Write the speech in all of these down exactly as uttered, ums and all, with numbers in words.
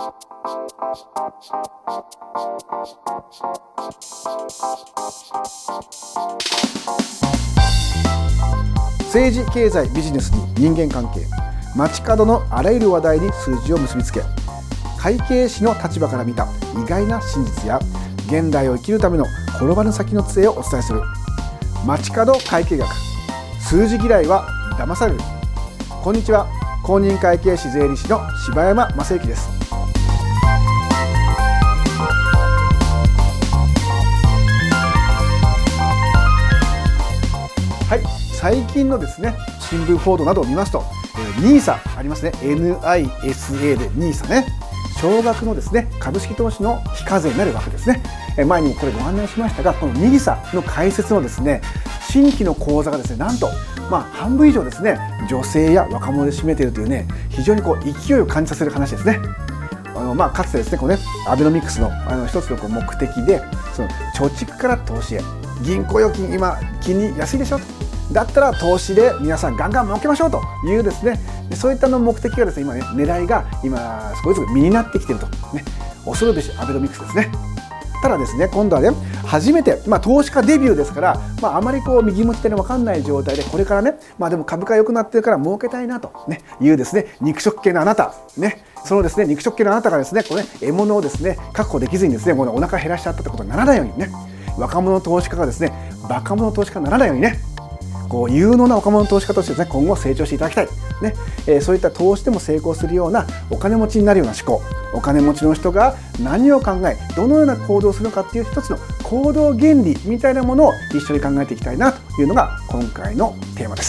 政治、経済、ビジネスに人間関係、街角のあらゆる話題に数字を結びつけ、会計士の立場から見た意外な真実や現代を生きるための転ばぬ先の杖をお伝えする街角会計学。数字嫌いは騙される。こんにちは、公認会計士税理士の柴山正幸です。はい、最近のですね新聞報道などを見ますと、ニーサ ありますね。 エヌアイエスエー で ニーサ ね、少額のですね株式投資の非課税になるわけですね。前にもこれご案内しましたが、この ニーサ の開設のですね新規の口座がですね、なんとまあ半分以上ですね女性や若者で占めているというね、非常にこう勢いを感じさせる話ですね。あのまあかつてですねこうねアベノミクスのあの一つのこう目的で、その貯蓄から投資へ、銀行預金今金利安いでしょと、だったら投資で皆さんガンガン儲けましょうというですね、そういったの目的がですね今ね狙いが今少しずつ身になってきているとね、恐るべしアベノミクスですね。ただですね、今度はね初めて、まあ、投資家デビューですから、まあ、あまりこう右も左も分かんない状態で、これからね、まあ、でも株価良くなってるから儲けたいなと、ね、いうですね肉食系のあなた、ね、そのですね肉食系のあなたがですねこれね獲物をですね確保できずにですねもうお腹減らしちゃったってことにならないようにね、若者投資家がですねバカ者投資家にならないようにね、こう有能な若者投資家としてですね今後成長していただきたい、ねえー、そういった投資でも成功するようなお金持ちになるような思考、お金持ちの人が何を考えどのような行動をするのかっていう一つの行動原理みたいなものを一緒に考えていきたいなというのが今回のテーマです。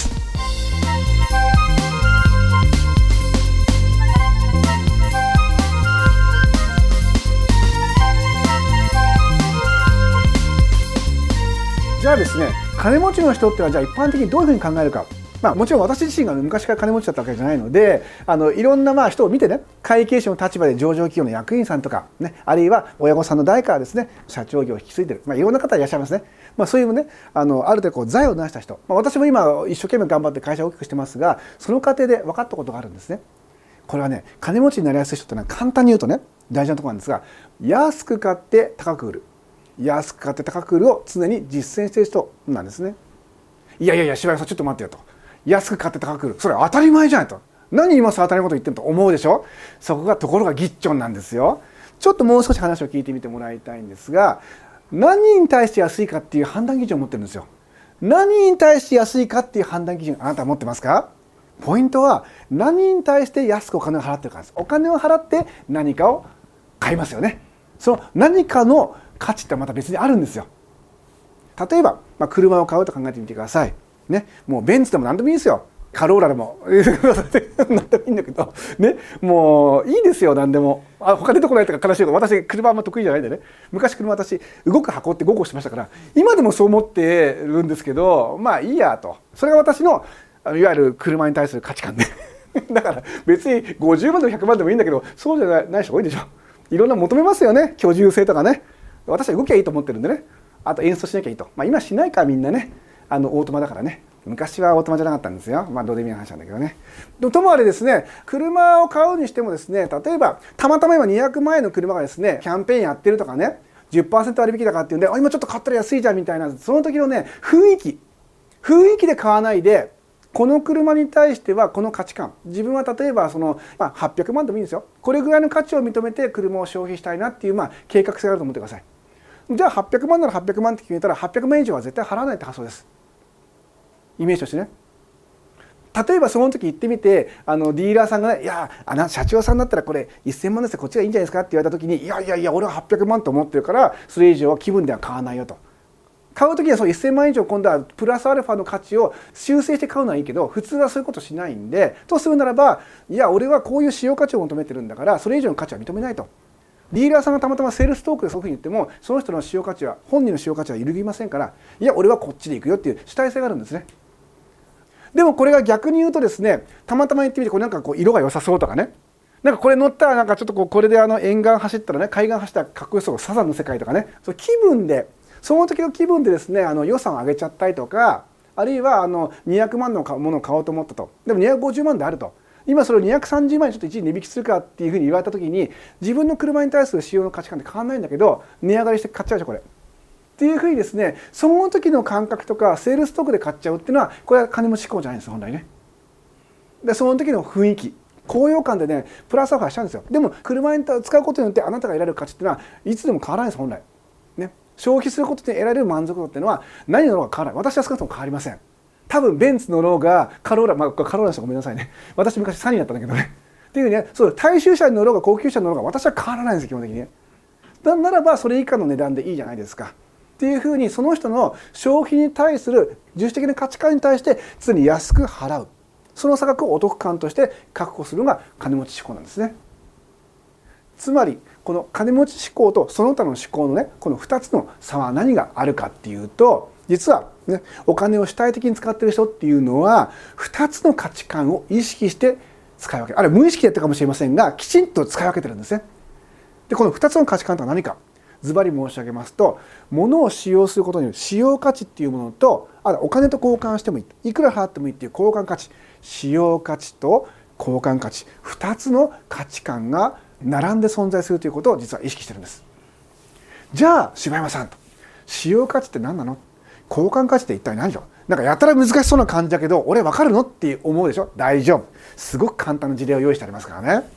じゃあですね、金持ちの人ってのはじゃあ一般的にどういうふうに考えるか。まあ、もちろん私自身が昔から金持ちだったわけじゃないので、あのいろんなまあ人を見てね、会計士の立場で上場企業の役員さんとか、ね、あるいは親御さんの代からですね社長業を引き継いでる、まあ、いろんな方いらっしゃいますね。まあ、そういうね あのある程度こう財を成した人、まあ、私も今一生懸命頑張って会社を大きくしてますが、その過程で分かったことがあるんですね。これはね、金持ちになりやすい人ってのは簡単に言うとね大事なところなんですが、安く買って高く売る、安く買って高く売るを常に実践している人なんですね。いやいやいや柴山さんちょっと待ってよと、安く買って高く売る、それ当たり前じゃないと、何今さ当たり前のこと言ってると思うでしょ。そこがところがギッチョンなんですよ。ちょっともう少し話を聞いてみてもらいたいんですが、何に対して安いかっていう判断基準を持ってるんですよ。何に対して安いかっていう判断基準あなたは持ってますか？ポイントは何に対して安くお金を払ってるかです。お金を払って何かを買いますよね。その何かの価値ってまた別にあるんですよ。例えば、まあ、車を買うと考えてみてください、ね、もうベンツでも何でもいいですよ、カローラでも何でもいいんだけど、ね、もういいですよ何でも。あ他出てこないとか悲しいけど、私車あんま得意じゃないんでね、昔車私動く箱ってごこしてましたから、今でもそう思ってるんですけど、まあいいやと、それが私のいわゆる車に対する価値観でだから別にごじゅうまんでもひゃくまんでもいいんだけど、そうじゃない人多いでしょ。いろんな求めますよね、居住性とかね。私は動きゃいいと思ってるんでね、あと演奏しなきゃいいと、まあ、今しないからみんなね、あのオートマだからね。昔はオートマじゃなかったんですよ。まあどうでもいい話なんだけどね。でもともあれですね、車を買うにしてもですね、例えばたまたま今にひゃくまんえんの車がですねキャンペーンやってるとかね、 じゅっパーセント 割引だからっていうんで、あ今ちょっと買ったら安いじゃんみたいな、その時のね雰囲気雰囲気で買わないで、この車に対してはこの価値観、自分は例えばその、まあ、はっぴゃくまんでもいいんですよ、これぐらいの価値を認めて車を消費したいなっていう、まあ、計画性があると思ってください。じゃあはっぴゃくまんならはっぴゃくまんって決めたらはっぴゃくまん以上は絶対払わないって発想です。イメージとしてね。例えばその時行ってみて、あのディーラーさんがね、いやあの社長さんだったらこれせんまんですよ、こっちがいいんじゃないですかって言われた時に、いやいやいや俺ははっぴゃくまんと思ってるからそれ以上は気分では買わないよと。買う時にはそうせんまん以上今度はプラスアルファの価値を修正して買うのはいいけど、普通はそういうことしないんで、とするならば、いや俺はこういう使用価値を求めてるんだからそれ以上の価値は認めないと。ディーラーさんがたまたまセールストークでそういうふうに言っても、その人の使用価値は本人の使用価値は揺るぎませんから、いや俺はこっちで行くよっていう主体性があるんですね。でもこれが逆に言うとですね、たまたま行ってみてこれなんかこう色が良さそうとかね、なんかこれ乗ったらなんかちょっとこうこれであの沿岸走ったらね、海岸走ったらかっこよそう、サザンの世界とかね、そう気分でその時の気分でですね、あの予算を上げちゃったりとか、あるいはあのにひゃくまんのものを買おうと思ったと、でもにひゃくごじゅうまんであると、 今それをにひゃくさんじゅうまん円ちょっと一時値引きするかっていうふうに言われた時に、自分の車に対する使用の価値観って変わらないんだけど、値上がりして買っちゃうでしょこれ。っていうふうにですね、その時の感覚とかセールストックで買っちゃうっていうのは、これは金持ち思考じゃないんです本来ね。でその時の雰囲気、高揚感でねプラスアルファしちゃうんですよ。でも車に使うことによってあなたが得られる価値っていうのはいつでも変わらないです本来ね。消費することで得られる満足度っていうのは何乗ろうが変わらない。私は少なくとも変わりません。多分ベンツ乗ろうがカローラ、まあカローラの人ごめんなさいね、私昔サニーだったんだけどねっていうね、そう大衆車に乗ろうが高級車に乗ろうが私は変わらないんです基本的にね。ならばそれ以下の値段でいいじゃないですかっていうふうに、その人の消費に対する自主的な価値観に対して常に安く払う、その差額をお得感として確保するのが金持ち思考なんですね。つまりこの金持ち思考とその他の思考のね、このふたつの差は何があるかっていうと、実はね、お金を主体的に使っている人っていうのはふたつの価値観を意識して使い分ける、あるいは無意識でやったかもしれませんがきちんと使い分けてるんですね。でこのふたつの価値観とは何か、ズバリ申し上げますと、物を使用することによる使用価値っていうものと、あお金と交換してもいい、いくら払ってもいいっていう交換価値、使用価値と交換価値、ふたつの価値観が並んで存在するということを実は意識してるんです。じゃあ柴山さんと、使用価値って何なの、交換価値って一体何でしょう、なんかやたら難しそうな感じだけど俺分かるのって思うでしょ。大丈夫、すごく簡単な事例を用意してありますからね。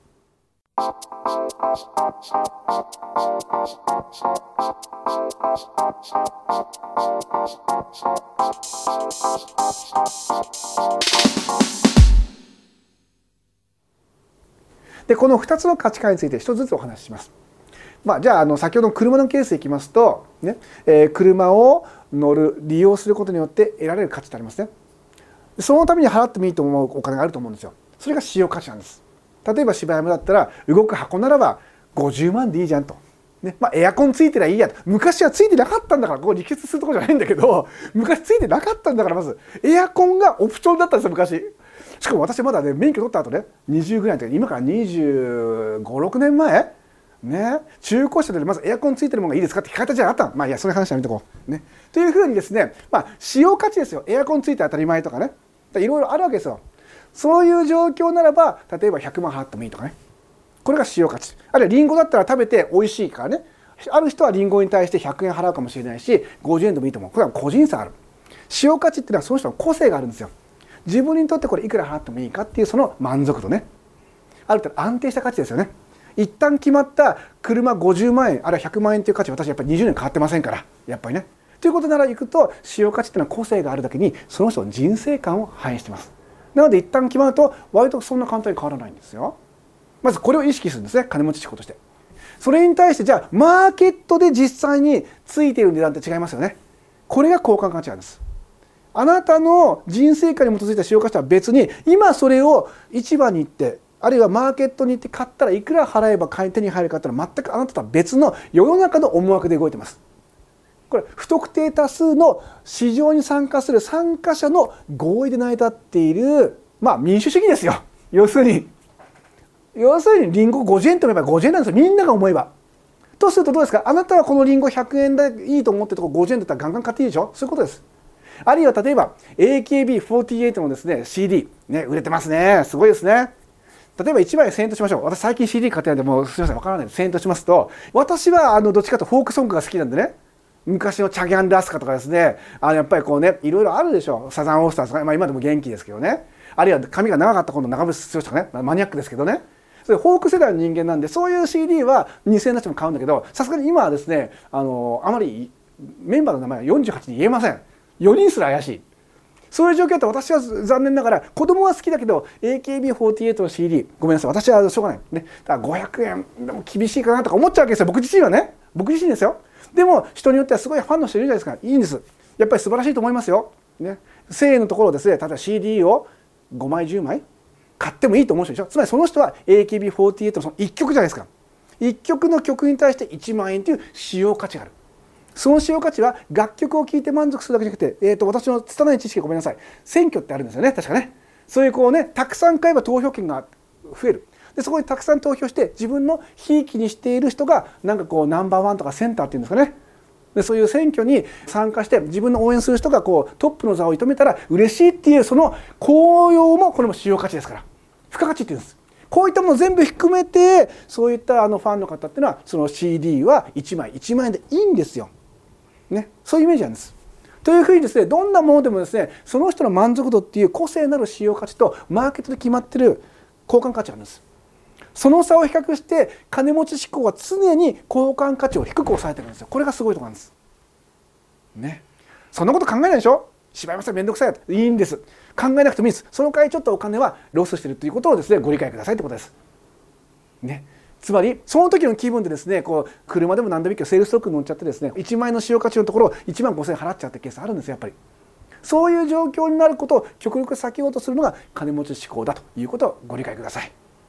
でこのふたつの価値観についてひとつずつお話しします。まあ、じゃあ、あの先ほどの車のケースでいきますと、ねえー、車を乗る利用することによって得られる価値ってありますね。そのために払ってもいいと思うお金があると思うんですよ。それが使用価値なんです。例えば柴山だったら動く箱ならばごじゅうまんでいいじゃんと、ねまあ、エアコンついてりゃいいやと。昔はついてなかったんだから、ここ力説するところじゃないんだけど、昔ついてなかったんだから、まずエアコンがオプションだったんですよ昔。しかも私まだね免許取った後ねにじゅうぐらいの時、今からにじゅうご、ろくねんまえね、中古車でまずエアコンついてるものがいいですかって聞かれたじゃあったの。まあいや、その話はやめとこうね。というふうにですね、まあ使用価値ですよ。エアコンついて当たり前とかね、いろいろあるわけですよ。そういう状況ならば、例えばひゃくまん払ってもいいとかね、これが使用価値。あるいはリンゴだったら食べて美味しいからね、ある人はリンゴに対してひゃくえん払うかもしれないし、ごじゅうえんでもいいと思う。これは個人差ある。使用価値っていうのはその人の個性があるんですよ。自分にとってこれいくら払ってもいいかっていうその満足度ね、ある程度安定した価値ですよね。一旦決まった車ごじゅうまんえん、あるいはひゃくまんえんという価値、私やっぱりにじゅうねん変わってませんからやっぱりね。ということならいくと、使用価値っていうのは個性があるだけにその人の人生観を反映しています。なので一旦決まると割とそんな簡単に変わらないんですよ。まずこれを意識するんですね、金持ち思考として。それに対してじゃあマーケットで実際についている値段って違いますよね。これが交換価値なんです。あなたの人生観に基づいた使用価値とは別に、今それを市場に行ってあるいはマーケットに行って買ったらいくら払えば手に入るかっていうのは全くあなたとは別の世の中の思惑で動いてます。これ不特定多数の市場に参加する参加者の合意で成り立っている、まあ民主主義ですよ。要するに要するにリンゴごじゅうえんと思えばごじゅうえんなんですよ、みんなが思えば。とするとどうですか、あなたはこのリンゴひゃくえんでいいと思ってるとこごじゅうえんだったらガンガン買っていいでしょ。そういうことです。あるいは例えば エーケービーフォーティーエイト のですね シーディー、ね、売れてますね、すごいですね。例えばいちまいせんえんとしましょう。私最近 シーディー 買ってないんでもうすみませんわからないです。せんえんとしますと、私はあのどっちかとフォークソングが好きなんでね、昔のチャギャン・ラスカとかですね、あのやっぱりこうねいろいろあるでしょう。サザンオールスターズとか、まあ、今でも元気ですけどね、あるいは髪が長かった頃の長渕剛とかね、マニアックですけどね、それフォーク世代の人間なんで、そういう シーディー はにせんえん出しても買うんだけど、さすがに今はですね、あのあまりメンバーの名前はよんじゅうはちに言えません。よにんすら怪しい。そういう状況だと私は残念ながら、子供は好きだけど エーケービーフォーティーエイト の シーディー ごめんなさい、私はしょうがないね。だからごひゃくえんでも厳しいかなとか思っちゃうわけですよ、僕自身はね。僕自身ですよ。でも人によってはすごいファンの人いるじゃないですか。いいんです。やっぱり素晴らしいと思いますよ。ね、せんえんのところですね、例えば シーディー をごまいじゅうまい買ってもいいと思う人でしょ。つまりその人は エーケービーフォーティーエイト のそのいっきょくじゃないですか。いっきょくの曲に対していちまんえんという使用価値がある。その使用価値は楽曲を聴いて満足するだけじゃなくて、えー、と私の拙い知識ごめんなさい、選挙ってあるんですよね、確かね。そういうこうね、たくさん買えば投票権が増える。でそこにたくさん投票して自分のひいきにしている人がなんかこうナンバーワンとかセンターっていうんですかね。でそういう選挙に参加して自分の応援する人がこうトップの座を射止めたら嬉しいっていう、その高揚もこれも使用価値ですから。 付加価値って言うんです。こういったものを全部含めてそういったあのファンの方っていうのはその シーディー はいちまいいちまんえんでいいんですよ。ね、そういうイメージなんです。というふうにですね、どんなものでもですね、その人の満足度っていう個性なる使用価値とマーケットで決まっている交換価値があるんです。その差を比較して金持ち志向は常に交換価値を低く抑えてるんですよ。これがすごいところなんです。ね、そんなこと考えないでしょ。柴山さんめんどくさい。いいんです。考えなくてもいいです。その代わりちょっとお金はロスしてるということをですね、ご理解くださいってことです。ね。つまりその時の気分でですね、こう車でも何でもいいけどセールストックに乗っちゃってですね、いちまんえんの使用価値のところいちまんごせんえん払っちゃうってケースあるんですよ。やっぱりそういう状況になることを極力避けようとするのが金持ち志向だということをご理解ください。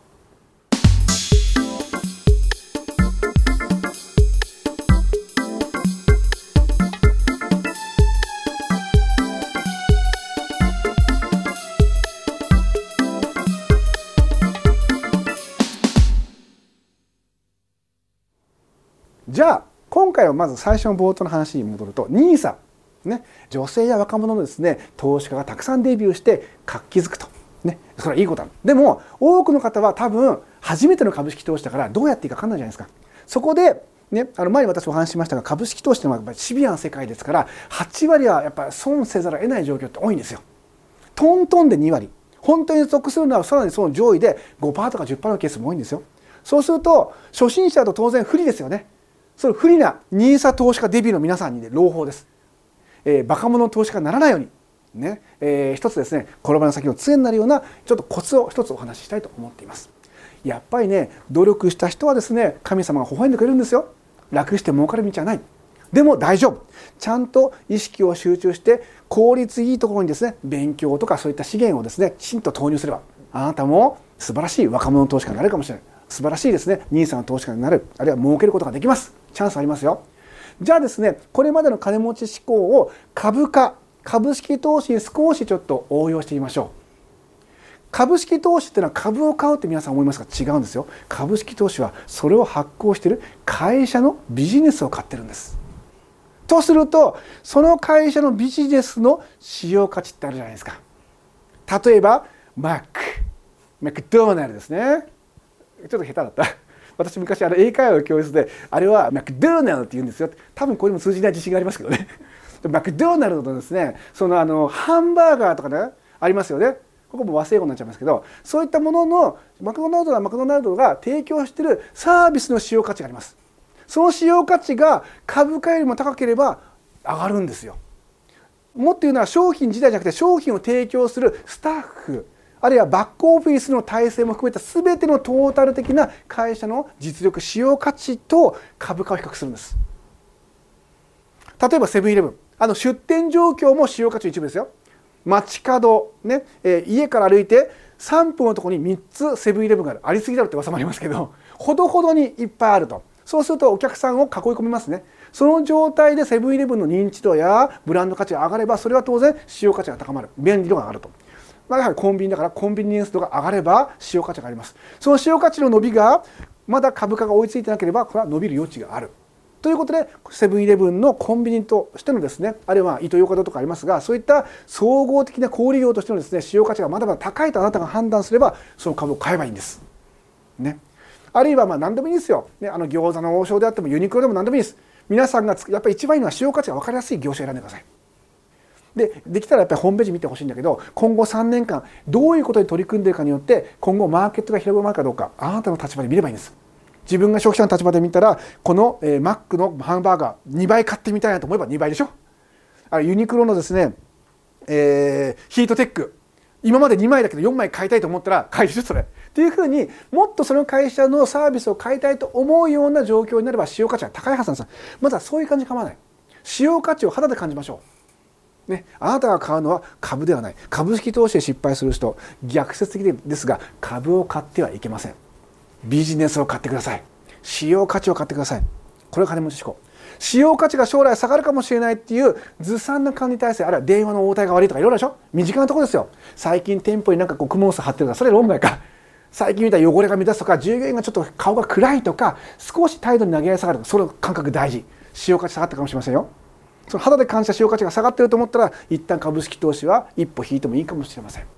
じゃあ今回はまず最初の冒頭の話に戻ると ニーサ、ね、女性や若者のですね投資家がたくさんデビューして活気づくと、ね、それはいいことなんでも多くの方は多分初めての株式投資だからどうやっていいか分かんないじゃないですか。そこで、ね、あの前に私お話ししましたが株式投資というのはやっぱりシビアな世界ですからはちわりはやっぱり損せざるを得ない状況って多いんですよ。トントンでにわり、本当に属するのはさらにその上位で ごパーセント とか じゅっパーセント のケースも多いんですよ。そうすると初心者だと当然不利ですよね。それ不利なニーサ投資家デビューの皆さんに、ね、朗報です。えー、バカ者の投資家にならないように、ねえー、一つですね転ばぬ先の杖になるようなちょっとコツを一つお話ししたいと思っています。やっぱりね努力した人はですね神様が微笑んでくれるんですよ。楽して儲かる道はない。でも大丈夫。ちゃんと意識を集中して効率いいところにですね勉強とかそういった資源をですねきちんと投入すればあなたも素晴らしい若者の投資家になれるかもしれない。素晴らしいですねニーサの投資家になる、あるいは儲けることができます。チャンスありますよ。じゃあですねこれまでの金持ち志向を株価株式投資に少しちょっと応用してみましょう。株式投資っていうのは株を買うって皆さん思いますが違うんですよ。株式投資はそれを発行している会社のビジネスを買ってるんです。とするとその会社のビジネスの使用価値ってあるじゃないですか。例えばマックマクドナルドですね。ちょっと下手だった。私昔あの英会話の教室であれはマクドナルドって言うんですよ。多分これも通じない自信がありますけどね。マクドナルドのですねそのあのハンバーガーとかねありますよね。ここも和製語になっちゃいますけどそういったもののマクドナルドはマクドナルドが提供しているサービスの使用価値があります。その使用価値が株価よりも高ければ上がるんですよ。もっと言うのは商品自体じゃなくて商品を提供するスタッフあるいはバックオフィスの体制も含めた全てのトータル的な会社の実力使用価値と株価を比較するんです。例えばセブンイレブンあの出店状況も使用価値の一部ですよ。街角、ねえー、家から歩いてさんぷんのところにみっつセブンイレブンがある。ありすぎだろって噂もありますけどほどほどにいっぱいあると。そうするとお客さんを囲い込みますね。その状態でセブンイレブンの認知度やブランド価値が上がればそれは当然使用価値が高まる、便利度が上がると。まあ、やはりコンビニだからコンビニエンス度が上がれば使用価値があります。その使用価値の伸びがまだ株価が追いついてなければこれは伸びる余地があるということでセブンイレブンのコンビニとしてのですねあるいはイトーヨーカドーとかありますがそういった総合的な小売業としてのですね使用価値がまだまだ高いとあなたが判断すればその株を買えばいいんです。ね、あるいはまあ何でもいいですよ、ね、あの餃子の王将であってもユニクロでも何でもいいです。皆さんがやっぱり一番いいのは使用価値が分かりやすい業種を選んでください。で, できたらやっぱりホームページ見てほしいんだけど今後さんねんかんどういうことに取り組んでいるかによって今後マーケットが広がるかどうかあなたの立場で見ればいいんです。自分が消費者の立場で見たらこの、えー、マックのハンバーガーにばい買ってみたいなと思えばにばいでしょ。あユニクロのですね、えー、ヒートテック今までにまいだけどよんまい買いたいと思ったら買いでしょそれっていうふうにもっとその会社のサービスを買いたいと思うような状況になれば使用価値が高いはずなんです。まずはそういう感じ構わない。使用価値を肌で感じましょう。ね、あなたが買うのは株ではない。株式投資で失敗する人逆説的ですが株を買ってはいけません。ビジネスを買ってください。使用価値を買ってください。これが金持ち志向。使用価値が将来下がるかもしれないっていうずさんな管理体制あるいは電話の応対が悪いとかいろいろでしょ。身近なところですよ。最近店舗になんかこうクモの巣張ってるからそれ論外か。最近見た汚れが目立つとか従業員がちょっと顔が暗いとか少し態度に投げやり下がるとかその感覚大事。使用価値下がったかもしれませんよ。その肌で感じた使用価値が下がっていると思ったら一旦株式投資は一歩引いてもいいかもしれません。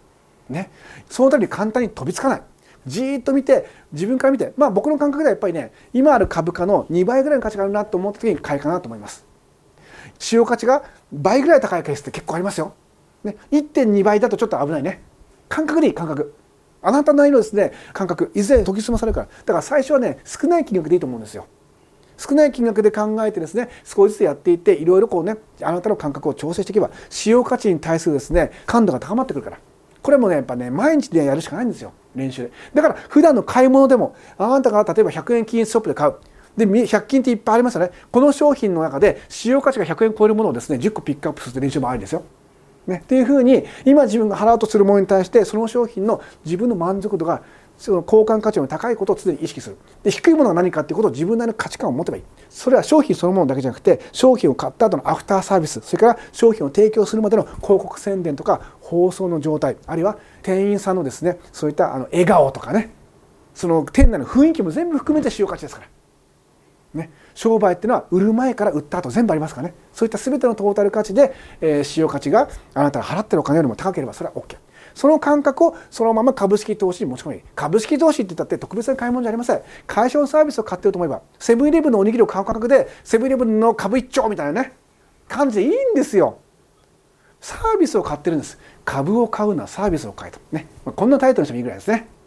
ね、そのために簡単に飛びつかない。じーっと見て、自分から見て、まあ僕の感覚ではやっぱりね、今ある株価のにばいぐらいの価値があるなと思った時に買いかなと思います。使用価値が倍ぐらい高いケースって結構ありますよ。ね、いってんにばいだとちょっと危ないね。感覚でいい、感覚。あなたなりのですね、感覚、いずれ研ぎ澄まされるから。だから最初はね、少ない金額でいいと思うんですよ。少ない金額で考えてですね、少しずつやっていって、いろいろこうね、あなたの感覚を調整していけば、使用価値に対するですね、感度が高まってくるから。これもね、やっぱね、毎日でやるしかないんですよ、練習で。だから普段の買い物でも、あなたが例えばひゃくえん均一ショップで買う。で、ひゃく均っていっぱいありますよね。この商品の中で使用価値がひゃくえん超えるものをですね、じゅっこピックアップする練習もありですよ。ね、っていうふうに今自分が払おうとするものに対してその商品の自分の満足度がその交換価値の高いことを常に意識する。で、低いものが何かっていうことを自分なりの価値観を持てばいい。それは商品そのものだけじゃなくて、商品を買った後のアフターサービス、それから商品を提供するまでの広告宣伝とか放送の状態、あるいは店員さんのですね、そういったあの笑顔とかね、その店内の雰囲気も全部含めて使用価値ですから。ね、商売っていうのは売る前から売った後全部ありますからね。そういった全てのトータル価値で、えー、使用価値があなたが払ってるお金よりも高ければそれは OK。その感覚をそのまま株式投資に持ち込み、株式投資って言ったって特別な買い物じゃありません。会社のサービスを買っていると思えば、セブンイレブンのおにぎりを買う価格でセブンイレブンの株一丁みたいなね感じでいいんですよ。サービスを買ってるんです。株を買うのはサービスを買えとね、こんなタイトルにしてもいいぐらいですね。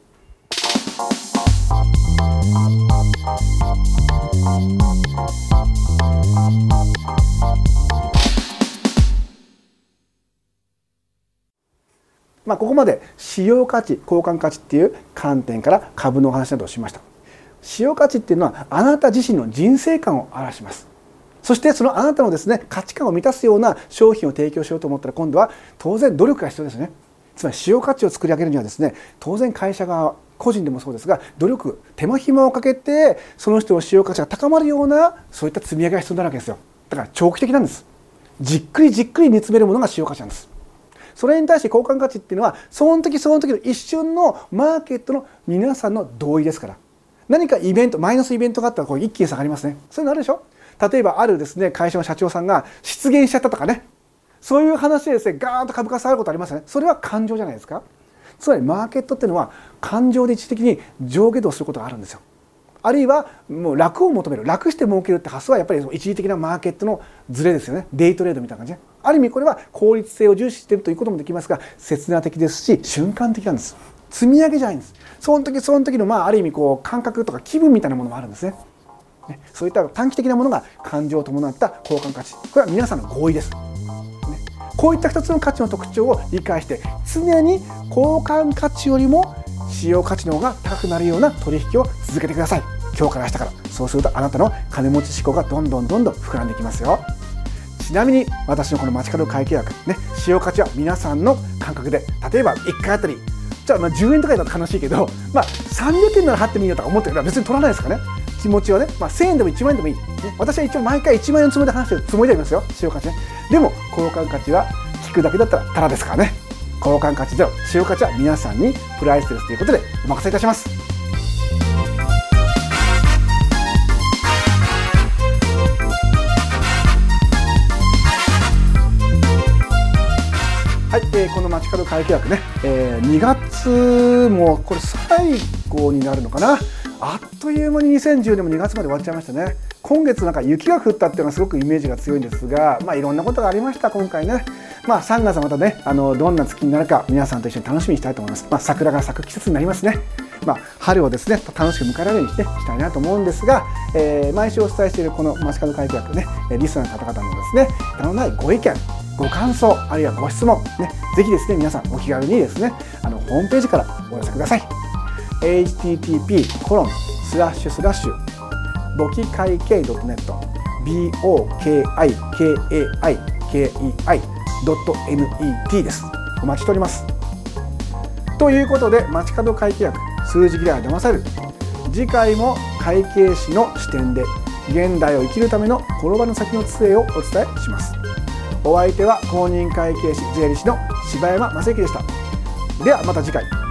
まあここまで使用価値、交換価値っていう観点から株のお話などをしました。使用価値っていうのはあなた自身の人生観を表します。そしてそのあなたのですね、価値観を満たすような商品を提供しようと思ったら今度は当然努力が必要ですね。つまり使用価値を作り上げるにはですね、当然会社側、個人でもそうですが、努力、手間暇をかけてその人の使用価値が高まるようなそういった積み上げが必要になるわけですよ。だから長期的なんです。じっくりじっくり煮詰めるものが使用価値なんです。それに対して交換価値っていうのはその時その時の一瞬のマーケットの皆さんの同意ですから。何かイベント、マイナスイベントがあったらこう一気に下がりますね。そういうのあるでしょ。例えばあるですね、会社の社長さんが失言しちゃったとかね、そういう話でですね、ガーンと株価下がることありますよね。それは感情じゃないですか。つまりマーケットっていうのは感情で一時的に上下動することがあるんですよ。あるいはもう楽を求める、楽して儲けるって発想はやっぱり一時的なマーケットのズレですよね。デイトレードみたいな感じね。ある意味これは効率性を重視しているということもできますが、刹那的ですし瞬間的なんです。積み上げじゃないんです。その時その時のまあある意味こう感覚とか気分みたいなものもあるんですね。そういった短期的なものが感情を伴った交換価値、これは皆さんの合意です。こういったふたつの価値の特徴を理解して常に交換価値よりも使用価値の方が高くなるような取引を続けてください。今日から明日から。そうするとあなたの金持ち志向がどんどんどんどん膨らんでいきますよ。ちなみに私のこの街角会計額ね、使用価値は皆さんの感覚で、例えばいっかいあたりじゃあまあじゅうえんとかだと悲しいけど、まあさんびゃくえんなら払ってもいいよとか思ってるから別に取らないですかね。気持ちはね、まあ、せんえんでもいちまんえんでもいい、ね、私は一応毎回いちまんえんのつもりで話してるつもりでありますよ、使用価値ね。でも交換価値は聞くだけだったらタダですからね。交換価値ゼロ、使用価値は皆さんにプライスレスということでお任せいたします。はい、えー、この街角会計額ね、えー、にがつもこれ最後になるのかな。あっという間ににせんじゅうねんもにがつまで終わっちゃいましたね。今月なんか雪が降ったっていうのはすごくイメージが強いんですが、まあいろんなことがありました今回ね。まあさんがつはまたね、あのどんな月になるか皆さんと一緒に楽しみにしたいと思います。まあ桜が咲く季節になりますね。まあ春をですね楽しく迎えられるようにして、ね、したいなと思うんですが、えー、毎週お伝えしているこの街角会計額ね、リスナーの方々のですね、他のないご意見、ご感想、あるいはご質問ね、ぜひですね皆さんお気軽にですね、あのホームページからお寄せください。エイチティーティーピーコロンスラッシュスラッシュ簿記会計 ドットネット ビーオーケーアイケーエーアイケーイーアイ ドットネット です。お待ちしております。ということで街角会計学数字嫌いは騙される、次回も会計士の視点で現代を生きるための転ばぬ先の杖をお伝えします。お相手は公認会計士税理士の柴山正幸でした。ではまた次回。